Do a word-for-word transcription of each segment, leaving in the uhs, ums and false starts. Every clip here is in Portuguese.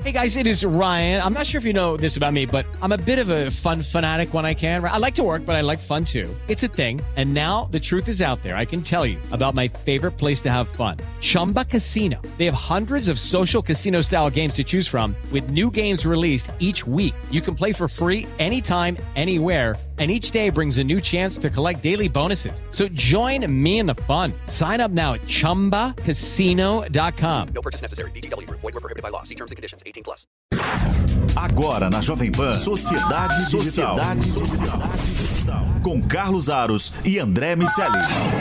Hey guys, it is Ryan. I'm not sure if you know this about me, but I'm a bit of a fun fanatic when I can. I like to work, but I like fun too. It's a thing. And now the truth is out there. I can tell you about my favorite place to have fun. Chumba Casino. They have hundreds of social casino style games to choose from with new games released each week. You can play for free anytime, anywhere. And each day brings a new chance to collect daily bonuses. So join me in the fun. Sign up now at chumba casino dot com. No purchase necessary. V G W. Void where prohibited by law. See terms and conditions. eighteen plus. Agora na Jovem Pan, Sociedade Digital. Sociedade Digital. Com Carlos Aros e André Miceli.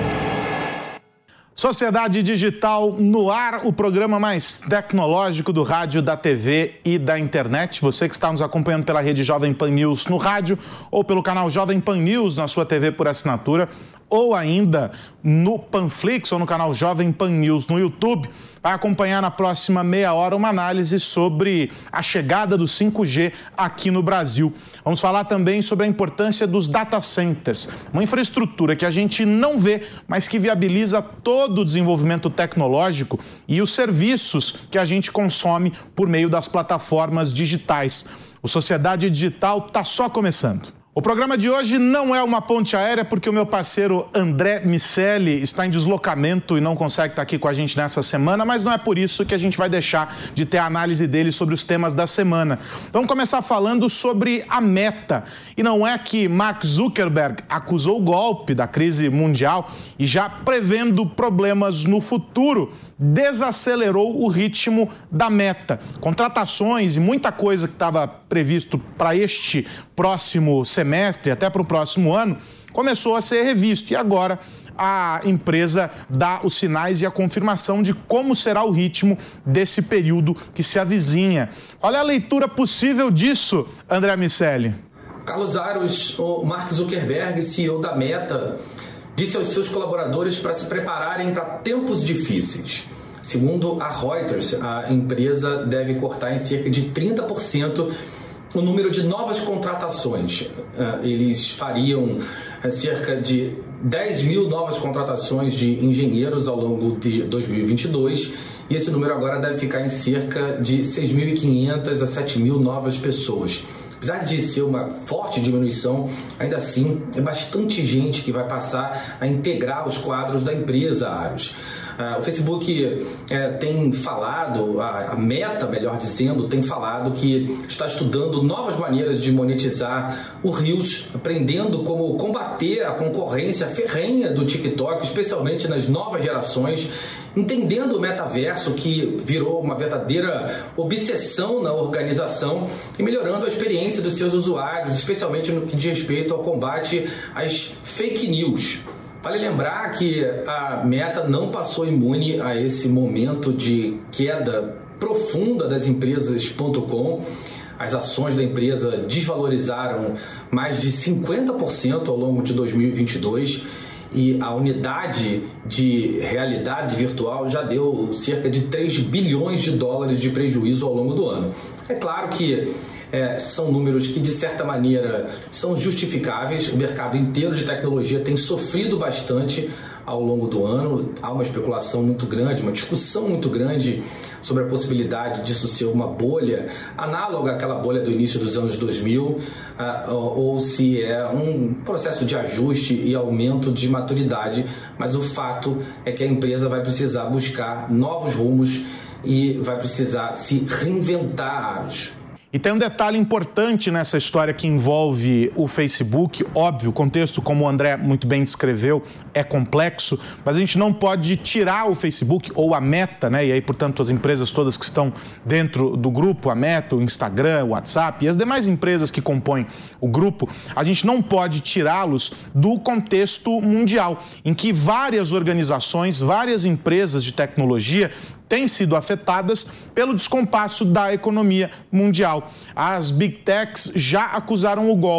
Sociedade Digital no ar, o programa mais tecnológico do rádio, da T V e da internet. Você que está nos acompanhando pela rede Jovem Pan News no rádio ou pelo canal Jovem Pan News na sua T V por assinatura, ou ainda no Panflix ou no canal Jovem Pan News no YouTube, vai acompanhar na próxima meia hora uma análise sobre a chegada do cinco G aqui no Brasil. Vamos falar também sobre a importância dos data centers, uma infraestrutura que a gente não vê, mas que viabiliza todo o desenvolvimento tecnológico e os serviços que a gente consome por meio das plataformas digitais. O Sociedade Digital está só começando. O programa de hoje não é uma ponte aérea porque o meu parceiro André Miceli está em deslocamento e não consegue estar aqui com a gente nessa semana, mas não é por isso que a gente vai deixar de ter a análise dele sobre os temas da semana. Vamos começar falando sobre a Meta. E não é que Mark Zuckerberg acusou o golpe da crise mundial e já prevendo problemas no futuro, desacelerou o ritmo da Meta. Contratações e muita coisa que estava previsto para este próximo semestre, até para o próximo ano, começou a ser revisto. E agora a empresa dá os sinais e a confirmação de como será o ritmo desse período que se avizinha. Qual é a leitura possível disso, André Miceli? Carlos Aros, o Mark Zuckerberg, C E O da Meta, disse aos seus colaboradores para se prepararem para tempos difíceis. Segundo a Reuters, a empresa deve cortar em cerca de trinta por cento o número de novas contratações. Eles fariam cerca de dez mil novas contratações de engenheiros ao longo de dois mil e vinte e dois e esse número agora deve ficar em cerca de seis mil e quinhentas a sete mil novas pessoas. Apesar de ser uma forte diminuição, ainda assim é bastante gente que vai passar a integrar os quadros da empresa, Aros. Uh, o Facebook é, tem falado, a, a Meta, melhor dizendo, tem falado que está estudando novas maneiras de monetizar o Reels, aprendendo como combater a concorrência ferrenha do TikTok, especialmente nas novas gerações, entendendo o metaverso, que virou uma verdadeira obsessão na organização, e melhorando a experiência dos seus usuários, especialmente no que diz respeito ao combate às fake news. Vale lembrar que a Meta não passou imune a esse momento de queda profunda das empresas ponto com. As ações da empresa desvalorizaram mais de cinquenta por cento ao longo de dois mil e vinte e dois e a unidade de realidade virtual já deu cerca de três bilhões de dólares de prejuízo ao longo do ano. É claro que É, são números que, de certa maneira, são justificáveis. O mercado inteiro de tecnologia tem sofrido bastante ao longo do ano. Há uma especulação muito grande, uma discussão muito grande sobre a possibilidade disso ser uma bolha, análoga àquela bolha do início dos anos dois mil, uh, ou se é um processo de ajuste e aumento de maturidade. Mas o fato é que a empresa vai precisar buscar novos rumos e vai precisar se reinventar, Aros. E tem um detalhe importante nessa história que envolve o Facebook. Óbvio, o contexto, como o André muito bem descreveu, é complexo, mas a gente não pode tirar o Facebook ou a Meta, né? E aí, portanto, as empresas todas que estão dentro do grupo, a Meta, o Instagram, o WhatsApp e as demais empresas que compõem o grupo, a gente não pode tirá-los do contexto mundial, em que várias organizações, várias empresas de tecnologia têm sido afetadas pelo descompasso da economia mundial. As Big Techs já acusaram o golpe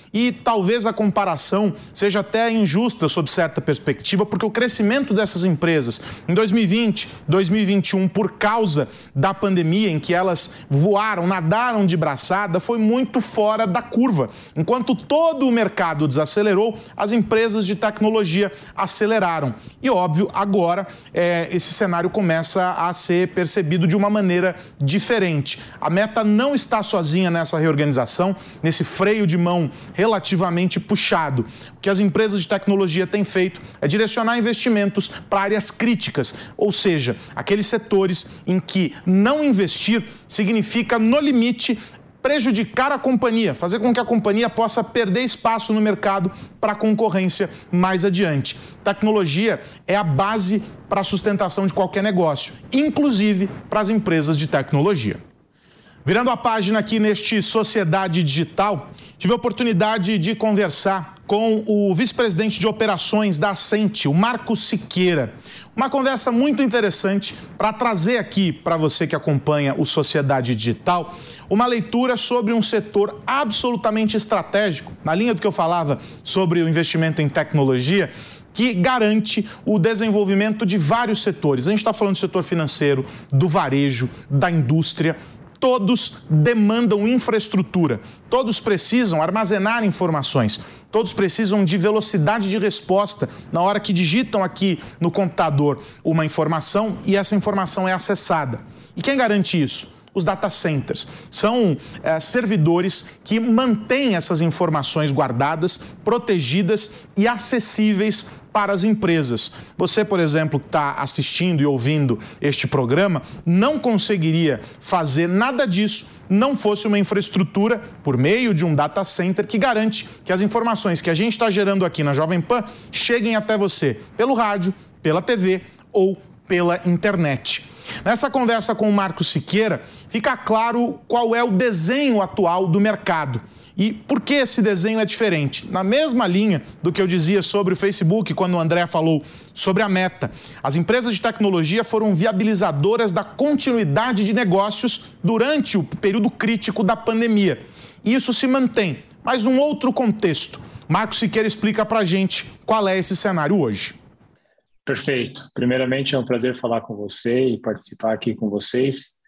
E talvez a comparação seja até injusta sob certa perspectiva, porque o crescimento dessas empresas em dois mil e vinte, dois mil e vinte e um, por causa da pandemia, em que elas voaram, nadaram de braçada, foi muito fora da curva. Enquanto todo o mercado desacelerou, as empresas de tecnologia aceleraram. E, óbvio, agora é, esse cenário começa a ser percebido de uma maneira diferente. A Meta não está sozinha nessa reorganização, nesse freio de mão relativamente puxado. O que as empresas de tecnologia têm feito é direcionar investimentos para áreas críticas, ou seja, aqueles setores em que não investir significa, no limite, prejudicar a companhia, fazer com que a companhia possa perder espaço no mercado para a concorrência mais adiante. Tecnologia é a base para a sustentação de qualquer negócio, inclusive para as empresas de tecnologia. Virando a página aqui neste Sociedade Digital, tive a oportunidade de conversar com o vice-presidente de operações da Ascente, o Marcos Siqueira. Uma conversa muito interessante para trazer aqui para você que acompanha o Sociedade Digital uma leitura sobre um setor absolutamente estratégico, na linha do que eu falava sobre o investimento em tecnologia, que garante o desenvolvimento de vários setores. A gente está falando do setor financeiro, do varejo, da indústria. Todos demandam infraestrutura, todos precisam armazenar informações, todos precisam de velocidade de resposta na hora que digitam aqui no computador uma informação e essa informação é acessada. E quem garante isso? Os data centers. São é, servidores que mantêm essas informações guardadas, protegidas e acessíveis para as empresas. Você, por exemplo, que está assistindo e ouvindo este programa, não conseguiria fazer nada disso não fosse uma infraestrutura por meio de um data center que garante que as informações que a gente está gerando aqui na Jovem Pan cheguem até você pelo rádio, pela T V ou pela internet. Nessa conversa com o Marcos Siqueira, fica claro qual é o desenho atual do mercado. E por que esse desenho é diferente? Na mesma linha do que eu dizia sobre o Facebook, quando o André falou sobre a Meta. As empresas de tecnologia foram viabilizadoras da continuidade de negócios durante o período crítico da pandemia. E isso se mantém, mas num outro contexto. Marcos Siqueira explica pra gente qual é esse cenário hoje. Perfeito. Primeiramente, é um prazer falar com você e participar aqui com vocês.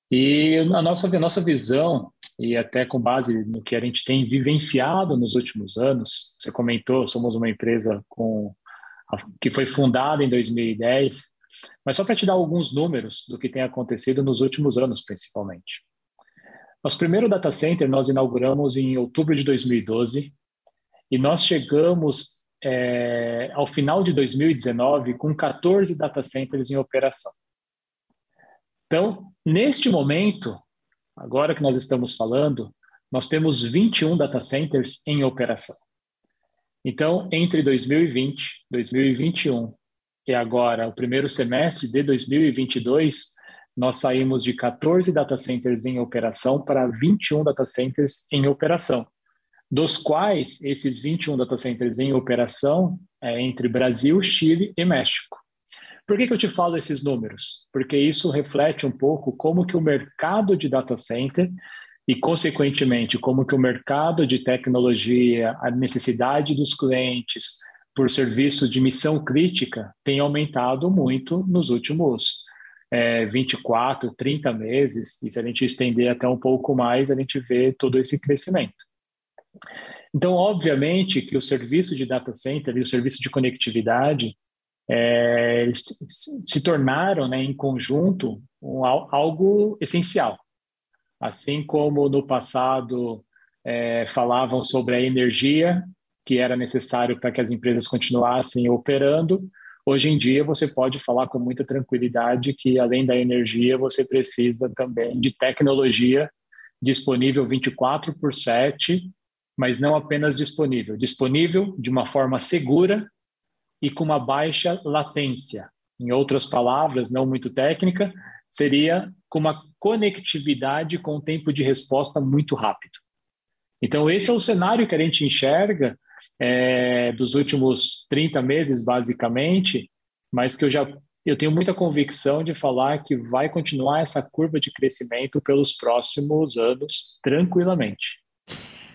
E a nossa, a nossa visão, e até com base no que a gente tem vivenciado nos últimos anos, você comentou, somos uma empresa com, que foi fundada em dois mil e dez, mas só para te dar alguns números do que tem acontecido nos últimos anos, principalmente. Nosso primeiro data center nós inauguramos em outubro de dois mil e doze e nós chegamos é, ao final de dois mil e dezenove com quatorze data centers em operação. Então, neste momento, agora que nós estamos falando, nós temos vinte e um data centers em operação. Então, entre dois mil e vinte, dois mil e vinte e um e agora o primeiro semestre de dois mil e vinte e dois, nós saímos de quatorze data centers em operação para vinte e um data centers em operação, dos quais esses vinte e um data centers em operação é entre Brasil, Chile e México. Por que que eu te falo esses números? Porque isso reflete um pouco como que o mercado de data center e, consequentemente, como que o mercado de tecnologia, a necessidade dos clientes por serviços de missão crítica tem aumentado muito nos últimos é, vinte e quatro, trinta meses. E se a gente estender até um pouco mais, a gente vê todo esse crescimento. Então, obviamente que o serviço de data center e o serviço de conectividade É, eles se tornaram, né, em conjunto um, algo essencial. Assim como no passado é, falavam sobre a energia que era necessário para que as empresas continuassem operando, hoje em dia você pode falar com muita tranquilidade que além da energia você precisa também de tecnologia disponível vinte e quatro por sete, mas não apenas disponível, disponível de uma forma segura e com uma baixa latência. Em outras palavras, não muito técnica, seria com uma conectividade com tempo de resposta muito rápido. Então, esse é o cenário que a gente enxerga é, dos últimos trinta meses, basicamente, mas que eu já eu tenho muita convicção de falar que vai continuar essa curva de crescimento pelos próximos anos, tranquilamente.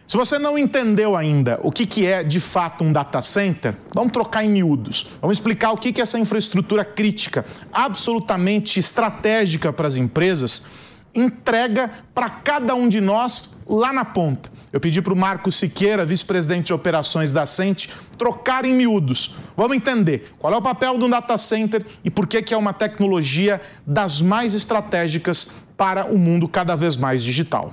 Se você não entendeu ainda o que, que é de fato um data center, vamos trocar em miúdos. Vamos explicar o que, que é essa infraestrutura crítica, absolutamente estratégica para as empresas, entrega para cada um de nós lá na ponta. Eu pedi para o Marcos Siqueira, vice-presidente de operações da Ascente, trocar em miúdos. Vamos entender qual é o papel de um data center e por que, que é uma tecnologia das mais estratégicas para o mundo cada vez mais digital.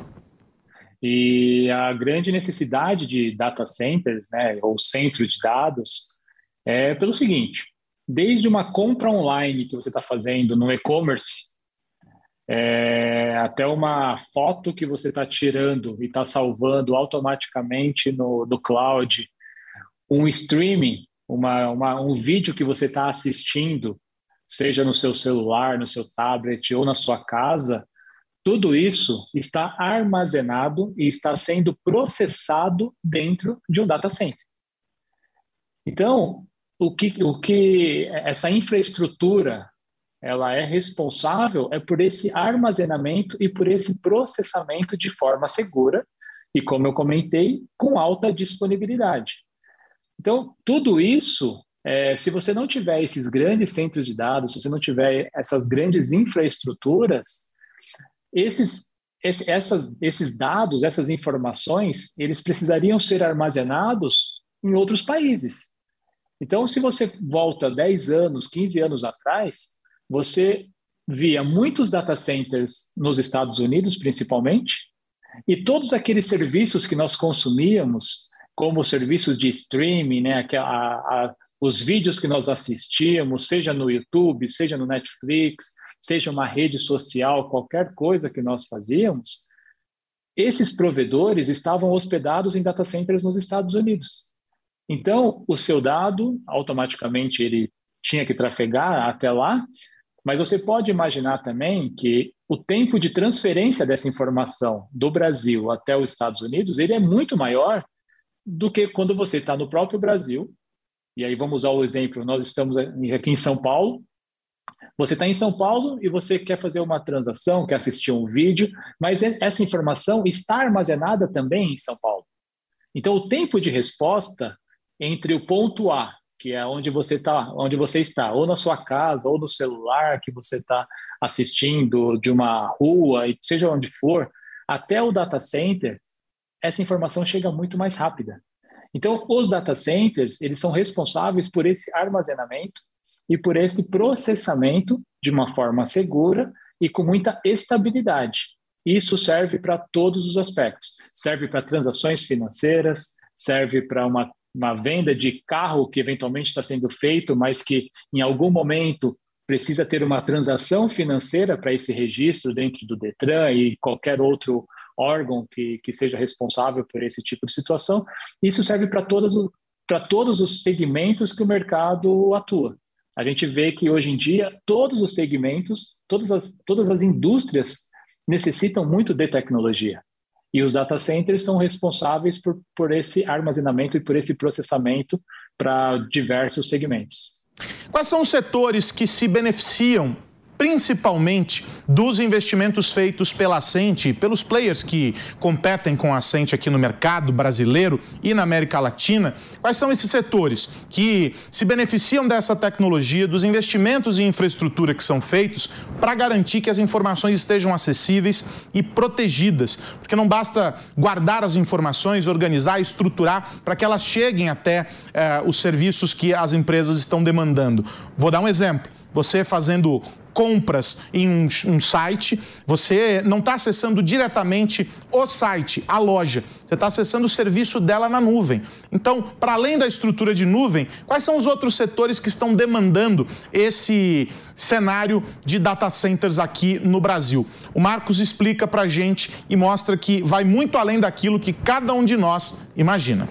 E a grande necessidade de data centers, né, ou centro de dados, é pelo seguinte: desde uma compra online que você está fazendo no e-commerce, É, até uma foto que você está tirando e está salvando automaticamente no, no cloud, um streaming, uma, uma, um vídeo que você está assistindo, seja no seu celular, no seu tablet ou na sua casa, tudo isso está armazenado e está sendo processado dentro de um data center. Então, o que, o que essa infraestrutura ela é responsável é por esse armazenamento e por esse processamento de forma segura e, como eu comentei, com alta disponibilidade. Então, tudo isso, é, se você não tiver esses grandes centros de dados, se você não tiver essas grandes infraestruturas, esses, esse, essas, esses dados, essas informações, eles precisariam ser armazenados em outros países. Então, se você volta dez anos, quinze anos atrás, você via muitos data centers nos Estados Unidos, principalmente, e todos aqueles serviços que nós consumíamos, como serviços de streaming, né, a, a, os vídeos que nós assistíamos, seja no YouTube, seja no Netflix, seja uma rede social, qualquer coisa que nós fazíamos, esses provedores estavam hospedados em data centers nos Estados Unidos. Então, o seu dado, automaticamente, ele tinha que trafegar até lá, mas você pode imaginar também que o tempo de transferência dessa informação do Brasil até os Estados Unidos, ele é muito maior do que quando você está no próprio Brasil. E aí vamos usar o exemplo, nós estamos aqui em São Paulo, você está em São Paulo e você quer fazer uma transação, quer assistir um vídeo, mas essa informação está armazenada também em São Paulo. Então, o tempo de resposta entre o ponto A, que é onde você tá, onde você está, ou na sua casa, ou no celular que você está assistindo de uma rua, e seja onde for, até o data center, essa informação chega muito mais rápida. Então, os data centers, eles são responsáveis por esse armazenamento e por esse processamento de uma forma segura e com muita estabilidade. Isso serve para todos os aspectos. Serve para transações financeiras, serve para uma uma venda de carro que eventualmente está sendo feito, mas que em algum momento precisa ter uma transação financeira para esse registro dentro do Detran e qualquer outro órgão que, que seja responsável por esse tipo de situação. Isso serve para todos, para todos os segmentos que o mercado atua. A gente vê que hoje em dia todos os segmentos, todas as, todas as indústrias necessitam muito de tecnologia. E os data centers são responsáveis por, por esse armazenamento e por esse processamento para diversos segmentos. Quais são os setores que se beneficiam principalmente dos investimentos feitos pela Ascente e pelos players que competem com a Ascente aqui no mercado brasileiro e na América Latina? Quais são esses setores que se beneficiam dessa tecnologia, dos investimentos em infraestrutura que são feitos para garantir que as informações estejam acessíveis e protegidas? Porque não basta guardar as informações, organizar, estruturar para que elas cheguem até eh, os serviços que as empresas estão demandando. Vou dar um exemplo. Você fazendo compras em um, um site, você não está acessando diretamente o site, a loja. Você está acessando o serviço dela na nuvem. Então, para além da estrutura de nuvem, quais são os outros setores que estão demandando esse cenário de data centers aqui no Brasil? O Marcos explica para a gente e mostra que vai muito além daquilo que cada um de nós imagina.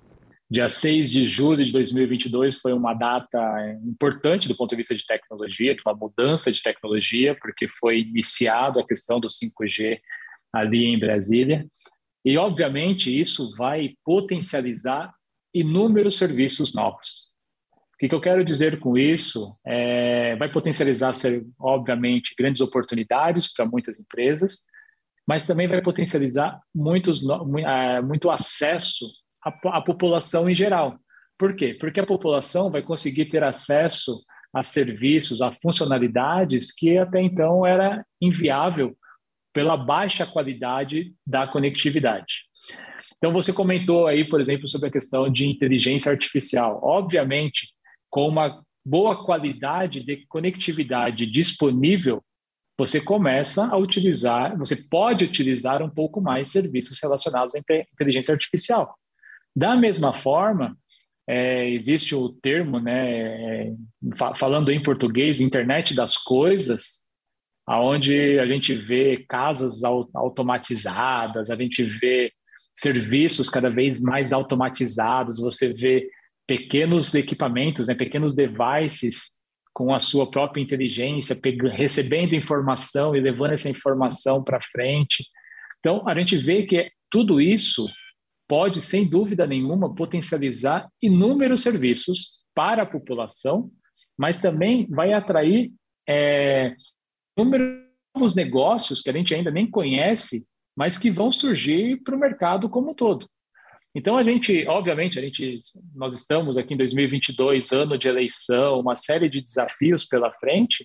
Dia seis de julho de dois mil e vinte e dois foi uma data importante do ponto de vista de tecnologia, de uma mudança de tecnologia, porque foi iniciada a questão do cinco G ali em Brasília. E, obviamente, isso vai potencializar inúmeros serviços novos. O que eu quero dizer com isso? É, vai potencializar, obviamente, grandes oportunidades para muitas empresas, mas também vai potencializar muitos, muito acesso à, à população em geral. Por quê? Porque a população vai conseguir ter acesso a serviços, a funcionalidades que até então era inviável pela baixa qualidade da conectividade. Então, você comentou aí, por exemplo, sobre a questão de inteligência artificial. Obviamente, com uma boa qualidade de conectividade disponível, você começa a utilizar, você pode utilizar um pouco mais serviços relacionados à inteligência artificial. Da mesma forma, é, existe o termo, né, falando em português, internet das coisas, onde a gente vê casas automatizadas, a gente vê serviços cada vez mais automatizados, você vê pequenos equipamentos, né, pequenos devices com a sua própria inteligência, recebendo informação e levando essa informação para frente. Então, a gente vê que tudo isso pode, sem dúvida nenhuma, potencializar inúmeros serviços para a população, mas também vai atrair é, inúmeros novos negócios que a gente ainda nem conhece, mas que vão surgir para o mercado como um todo. Então, a gente, obviamente, a gente, nós estamos aqui em dois mil e vinte e dois, ano de eleição, uma série de desafios pela frente,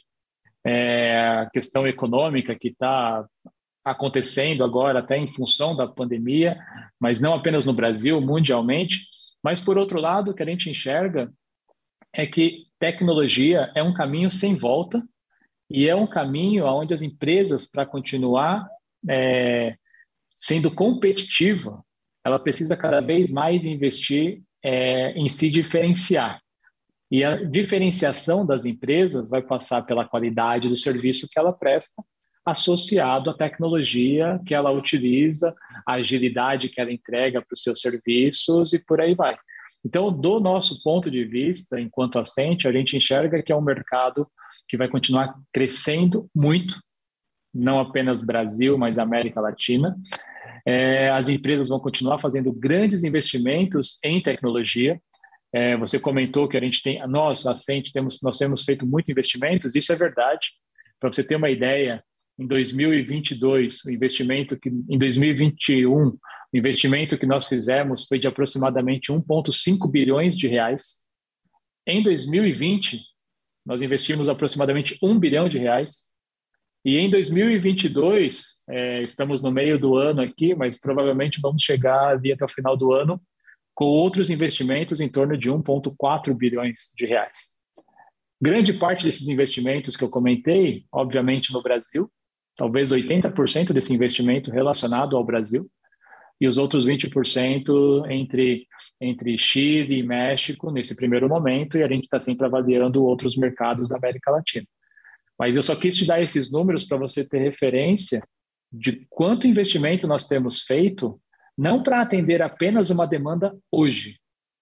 é, a questão econômica que está acontecendo agora até em função da pandemia, mas não apenas no Brasil, mundialmente. Mas, por outro lado, o que a gente enxerga é que tecnologia é um caminho sem volta e é um caminho onde as empresas, para continuar é, sendo competitiva, ela precisa cada vez mais investir é, em se diferenciar. E a diferenciação das empresas vai passar pela qualidade do serviço que ela presta, associado à tecnologia que ela utiliza, a agilidade que ela entrega para os seus serviços e por aí vai. Então, do nosso ponto de vista, enquanto Ascent, a gente enxerga que é um mercado que vai continuar crescendo muito, não apenas Brasil, mas América Latina. É, as empresas vão continuar fazendo grandes investimentos em tecnologia. É, você comentou que a gente tem, nós, a Ascent, temos, nós temos feito muito investimentos, isso é verdade. Para você ter uma ideia, em dois mil e vinte e dois, o investimento que, em dois mil e vinte e um, o investimento que nós fizemos foi de aproximadamente um vírgula cinco bilhões de reais. Em dois mil e vinte, nós investimos aproximadamente um bilhão de reais. E em dois mil e vinte e dois, é, estamos no meio do ano aqui, mas provavelmente vamos chegar ali até o final do ano com outros investimentos em torno de um vírgula quatro bilhões de reais. Grande parte desses investimentos que eu comentei, obviamente no Brasil, talvez oitenta por cento desse investimento relacionado ao Brasil, e os outros vinte por cento entre, entre Chile e México nesse primeiro momento, e a gente está sempre avaliando outros mercados da América Latina. Mas eu só quis te dar esses números para você ter referência de quanto investimento nós temos feito, não para atender apenas uma demanda hoje.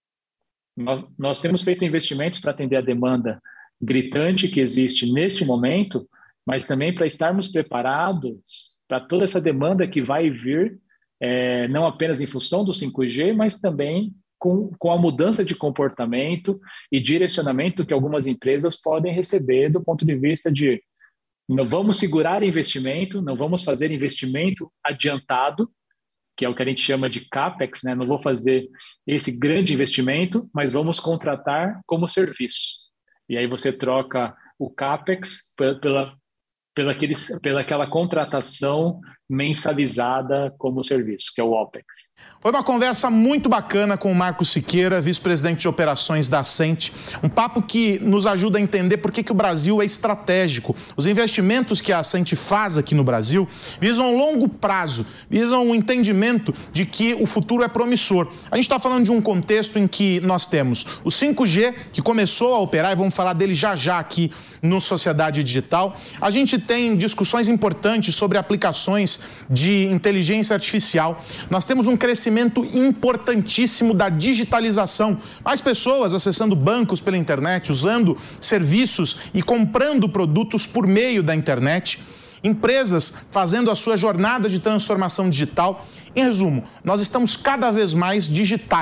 Nós, nós temos feito investimentos para atender a demanda gritante que existe neste momento, mas também para estarmos preparados para toda essa demanda que vai vir, é, não apenas em função do cinco G, mas também com, com a mudança de comportamento e direcionamento que algumas empresas podem receber do ponto de vista de não vamos segurar investimento, não vamos fazer investimento adiantado, que é o que a gente chama de CAPEX, né? Não vou fazer esse grande investimento, mas vamos contratar como serviço. E aí você troca o CAPEX pela, pela, aqueles, pela aquela contratação mensalizada como serviço, que é o OPEX. Foi uma conversa muito bacana com o Marcos Siqueira, vice-presidente de operações da Ascent. Um papo que nos ajuda a entender por que, que o Brasil é estratégico. Os investimentos que a Ascent faz aqui no Brasil visam longo prazo, visam um entendimento de que o futuro é promissor. A gente está falando de um contexto em que nós temos o cinco G, que começou a operar, e vamos falar dele já já aqui no Sociedade Digital. A gente tem discussões importantes sobre aplicações de inteligência artificial. Nós temos um crescimento importantíssimo da digitalização. Mais pessoas acessando bancos pela internet, usando serviços e comprando produtos por meio da internet. Empresas fazendo a sua jornada de transformação digital. Em resumo, nós estamos cada vez mais digitais.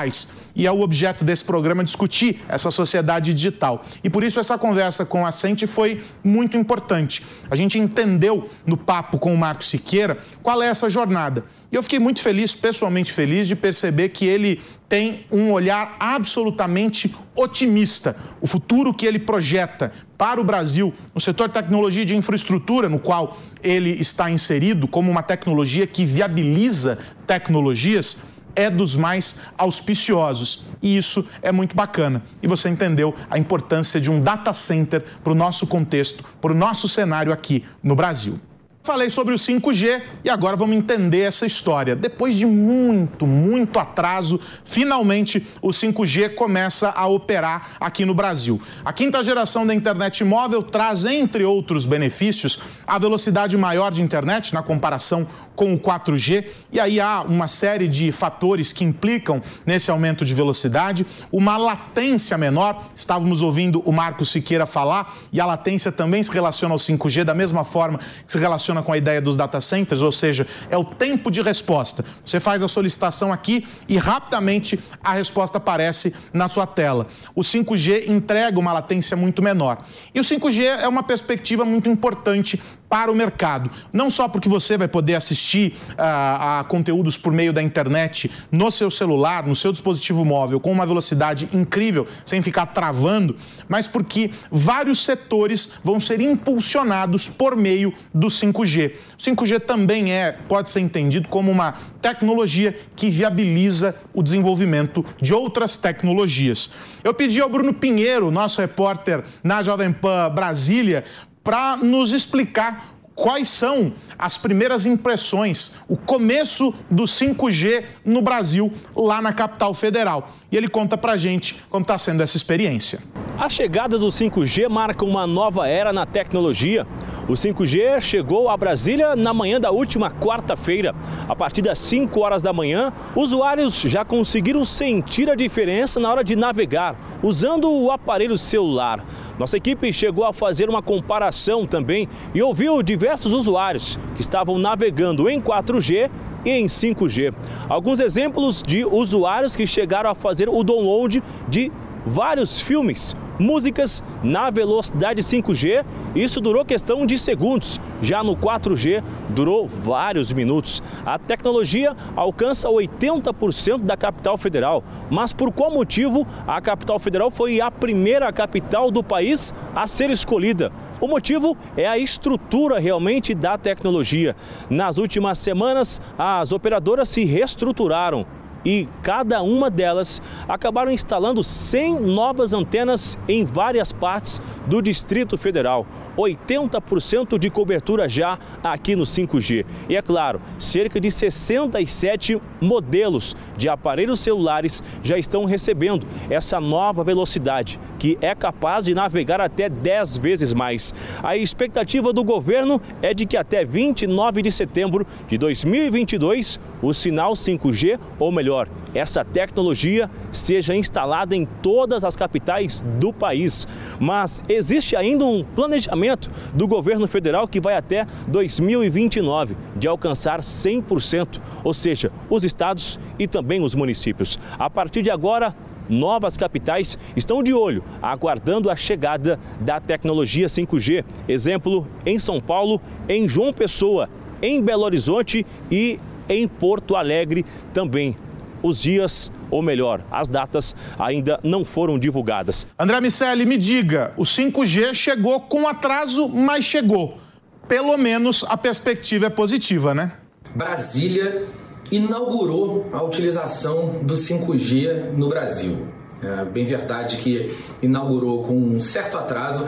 e é o objeto desse programa discutir essa sociedade digital. E por isso essa conversa com a Ascente foi muito importante. A gente entendeu no papo com o Marco Siqueira qual é essa jornada. E eu fiquei muito feliz, pessoalmente feliz, de perceber que ele tem um olhar absolutamente otimista. O futuro que ele projeta para o Brasil, no setor de tecnologia e de infraestrutura, no qual ele está inserido como uma tecnologia que viabiliza tecnologias, é dos mais auspiciosos. E isso é muito bacana. E você entendeu a importância de um data center para o nosso contexto, para o nosso cenário aqui no Brasil. Falei sobre o cinco G e agora vamos entender essa história. Depois de muito, muito atraso, finalmente o cinco G começa a operar aqui no Brasil. A quinta geração da internet móvel traz, entre outros benefícios, a velocidade maior de internet na comparação com o quatro G. E aí há uma série de fatores que implicam nesse aumento de velocidade. Uma latência menor, estávamos ouvindo o Marco Siqueira falar, e a latência também se relaciona ao cinco G da mesma forma que se relaciona com a ideia dos data centers, ou seja, é o tempo de resposta. Você faz a solicitação aqui e rapidamente a resposta aparece na sua tela. O cinco G entrega uma latência muito menor. E o cinco G é uma perspectiva muito importante para o mercado. Não só porque você vai poder assistir uh, a conteúdos por meio da internet no seu celular, no seu dispositivo móvel, com uma velocidade incrível, sem ficar travando, mas porque vários setores vão ser impulsionados por meio do cinco G. O cinco G também é, pode ser entendido como uma tecnologia que viabiliza o desenvolvimento de outras tecnologias. Eu pedi ao Bruno Pinheiro, nosso repórter na Jovem Pan Brasília, para nos explicar quais são as primeiras impressões, o começo do cinco G no Brasil, lá na capital federal. E ele conta pra gente como está sendo essa experiência. A chegada do cinco G marca uma nova era na tecnologia. O cinco G chegou a Brasília na manhã da última quarta-feira. A partir das cinco horas da manhã, usuários já conseguiram sentir a diferença na hora de navegar, usando o aparelho celular. Nossa equipe chegou a fazer uma comparação também e ouviu diversos usuários que estavam navegando em quatro G e em cinco G. Alguns exemplos de usuários que chegaram a fazer o download de vários filmes, músicas na velocidade cinco G. Isso durou questão de segundos. Já no quatro G durou vários minutos. A tecnologia alcança oitenta por cento da capital federal. Mas por qual motivo a capital federal foi a primeira capital do país a ser escolhida? O motivo é a estrutura realmente da tecnologia. Nas últimas semanas, as operadoras se reestruturaram e cada uma delas acabaram instalando cem novas antenas em várias partes do Distrito Federal. oitenta por cento de cobertura já aqui no cinco G. E é claro, cerca de sessenta e sete modelos de aparelhos celulares já estão recebendo essa nova velocidade, que é capaz de navegar até dez vezes mais. A expectativa do governo é de que até vinte e nove de setembro de dois mil e vinte e dois, o sinal cinco G, ou melhor, essa tecnologia seja instalada em todas as capitais do país. Mas existe ainda um planejamento do governo federal que vai até dois mil e vinte e nove, de alcançar cem por cento, ou seja, os estados e também os municípios. A partir de agora, novas capitais estão de olho, aguardando a chegada da tecnologia cinco G. Exemplo, em São Paulo, em João Pessoa, em Belo Horizonte e em Porto Alegre também. Os dias, ou melhor, as datas ainda não foram divulgadas. André Miceli, me diga, o cinco G chegou com atraso, mas chegou. Pelo menos a perspectiva é positiva, né? Brasília inaugurou a utilização do cinco G no Brasil. É bem verdade que inaugurou com um certo atraso,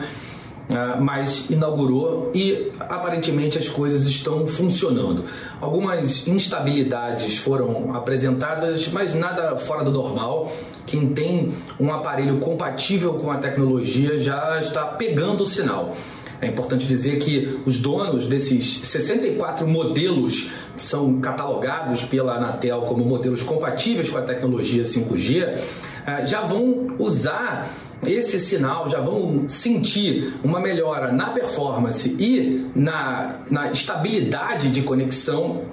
mas inaugurou e aparentemente as coisas estão funcionando. Algumas instabilidades foram apresentadas, mas nada fora do normal. Quem tem um aparelho compatível com a tecnologia já está pegando o sinal. É importante dizer que os donos desses sessenta e quatro modelos que são catalogados pela Anatel como modelos compatíveis com a tecnologia cinco G já vão usar esse sinal, já vão sentir uma melhora na performance e na, na estabilidade de conexão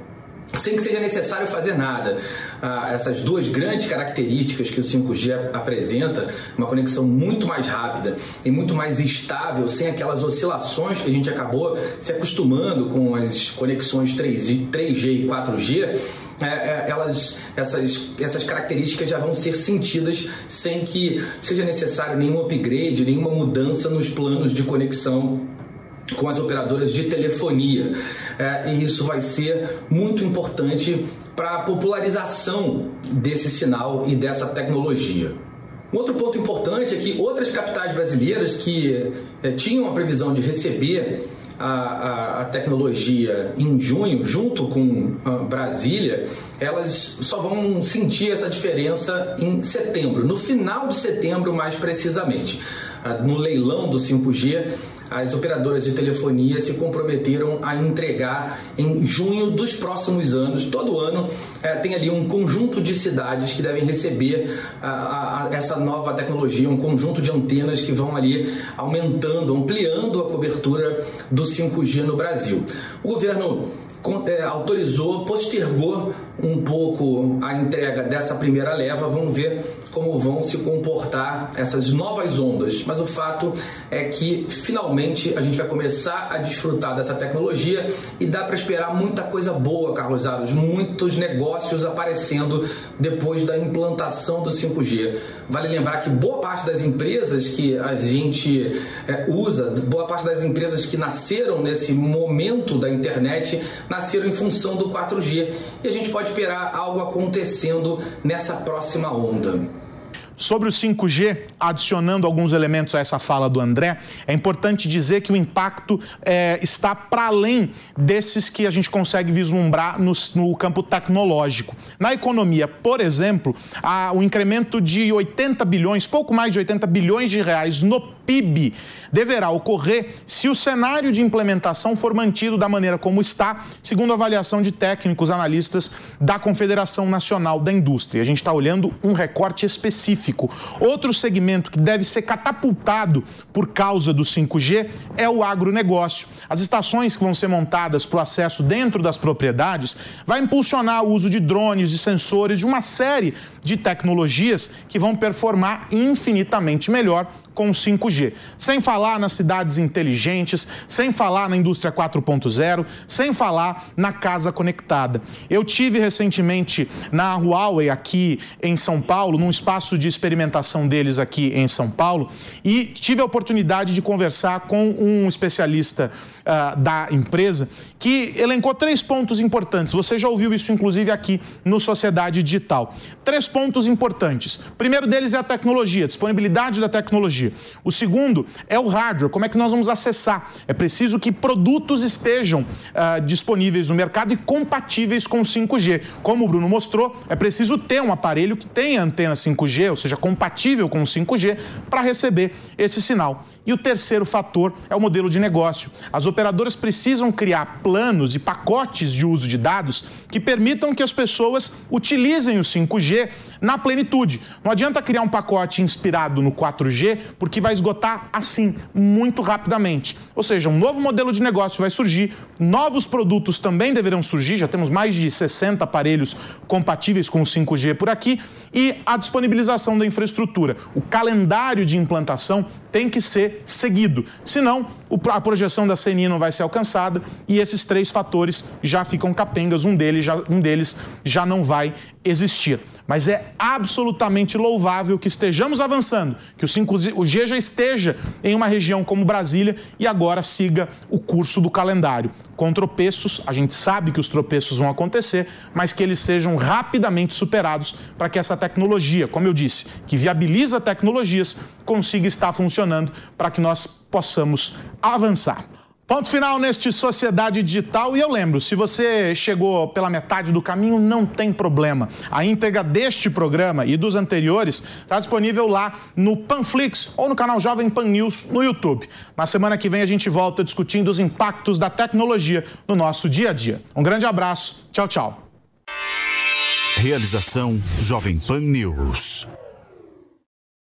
sem que seja necessário fazer nada. Ah, essas duas grandes características que o cinco G apresenta, uma conexão muito mais rápida e muito mais estável, sem aquelas oscilações que a gente acabou se acostumando com as conexões três G e quatro G, é, é, elas, essas, essas características já vão ser sentidas sem que seja necessário nenhum upgrade, nenhuma mudança nos planos de conexão com as operadoras de telefonia. É, e isso vai ser muito importante para a popularização desse sinal e dessa tecnologia. Um outro ponto importante é que outras capitais brasileiras que é, tinham a previsão de receber a, a, a tecnologia em junho, junto com Brasília, elas só vão sentir essa diferença em setembro, no final de setembro mais precisamente. No leilão do cinco G, as operadoras de telefonia se comprometeram a entregar em junho dos próximos anos. Todo ano é, tem ali um conjunto de cidades que devem receber a, a, essa nova tecnologia, um conjunto de antenas que vão ali aumentando, ampliando a cobertura do cinco G no Brasil. O governo é, autorizou, postergou um pouco a entrega dessa primeira leva. Vamos ver como vão se comportar essas novas ondas. Mas o fato é que finalmente a gente vai começar a desfrutar dessa tecnologia e dá para esperar muita coisa boa, Carlos Aros, muitos negócios aparecendo depois da implantação do cinco G. Vale lembrar que boa parte das empresas que a gente é, usa, boa parte das empresas que nasceram nesse momento da internet, nasceram em função do quatro G. E a gente pode esperar algo acontecendo nessa próxima onda. Sobre o cinco G, adicionando alguns elementos a essa fala do André, é importante dizer que o impacto é, está para além desses que a gente consegue vislumbrar no, no campo tecnológico. Na economia, por exemplo, há um incremento de oitenta bilhões, pouco mais de oitenta bilhões de reais no P I B deverá ocorrer se o cenário de implementação for mantido da maneira como está, segundo a avaliação de técnicos analistas da Confederação Nacional da Indústria. A gente está olhando um recorte específico. Outro segmento que deve ser catapultado por causa do cinco G é o agronegócio. As estações que vão ser montadas para o acesso dentro das propriedades vai impulsionar o uso de drones, de sensores, de uma série de tecnologias que vão performar infinitamente melhor com o cinco G. Sem falar nas cidades inteligentes, sem falar na indústria quatro ponto zero, sem falar na casa conectada. Eu tive recentemente na Huawei aqui em São Paulo, num espaço de experimentação deles aqui em São Paulo, e tive a oportunidade de conversar com um especialista uh, da empresa que elencou três pontos importantes. Você já ouviu isso, inclusive, aqui no Sociedade Digital. Três pontos importantes. O primeiro deles é a tecnologia, a disponibilidade da tecnologia. O segundo é o hardware, como é que nós vamos acessar. É preciso que produtos estejam uh, disponíveis no mercado e compatíveis com cinco G. Como o Bruno mostrou, é preciso ter um aparelho que tenha antena cinco G, ou seja, compatível com o cinco G, para receber esse sinal. E o terceiro fator é o modelo de negócio. As operadoras precisam criar planos e pacotes de uso de dados que permitam que as pessoas utilizem o cinco G na plenitude. Não adianta criar um pacote inspirado no quatro G, porque vai esgotar assim, muito rapidamente. Ou seja, um novo modelo de negócio vai surgir, novos produtos também deverão surgir, já temos mais de sessenta aparelhos compatíveis com o cinco G por aqui, e a disponibilização da infraestrutura. O calendário de implantação tem que ser seguido, senão a projeção da C N I não vai ser alcançada e esses três fatores já ficam capengas, um deles já, um deles já não vai existir. Mas é absolutamente louvável que estejamos avançando, que o cinco G já esteja em uma região como Brasília e agora siga o curso do calendário. Com tropeços, a gente sabe que os tropeços vão acontecer, mas que eles sejam rapidamente superados para que essa tecnologia, como eu disse, que viabiliza tecnologias, consiga estar funcionando para que nós possamos avançar. Ponto final neste Sociedade Digital. E eu lembro, se você chegou pela metade do caminho, não tem problema. A íntegra deste programa e dos anteriores está disponível lá no Panflix ou no canal Jovem Pan News no YouTube. Na semana que vem a gente volta discutindo os impactos da tecnologia no nosso dia a dia. Um grande abraço. Tchau, tchau. Realização Jovem Pan News.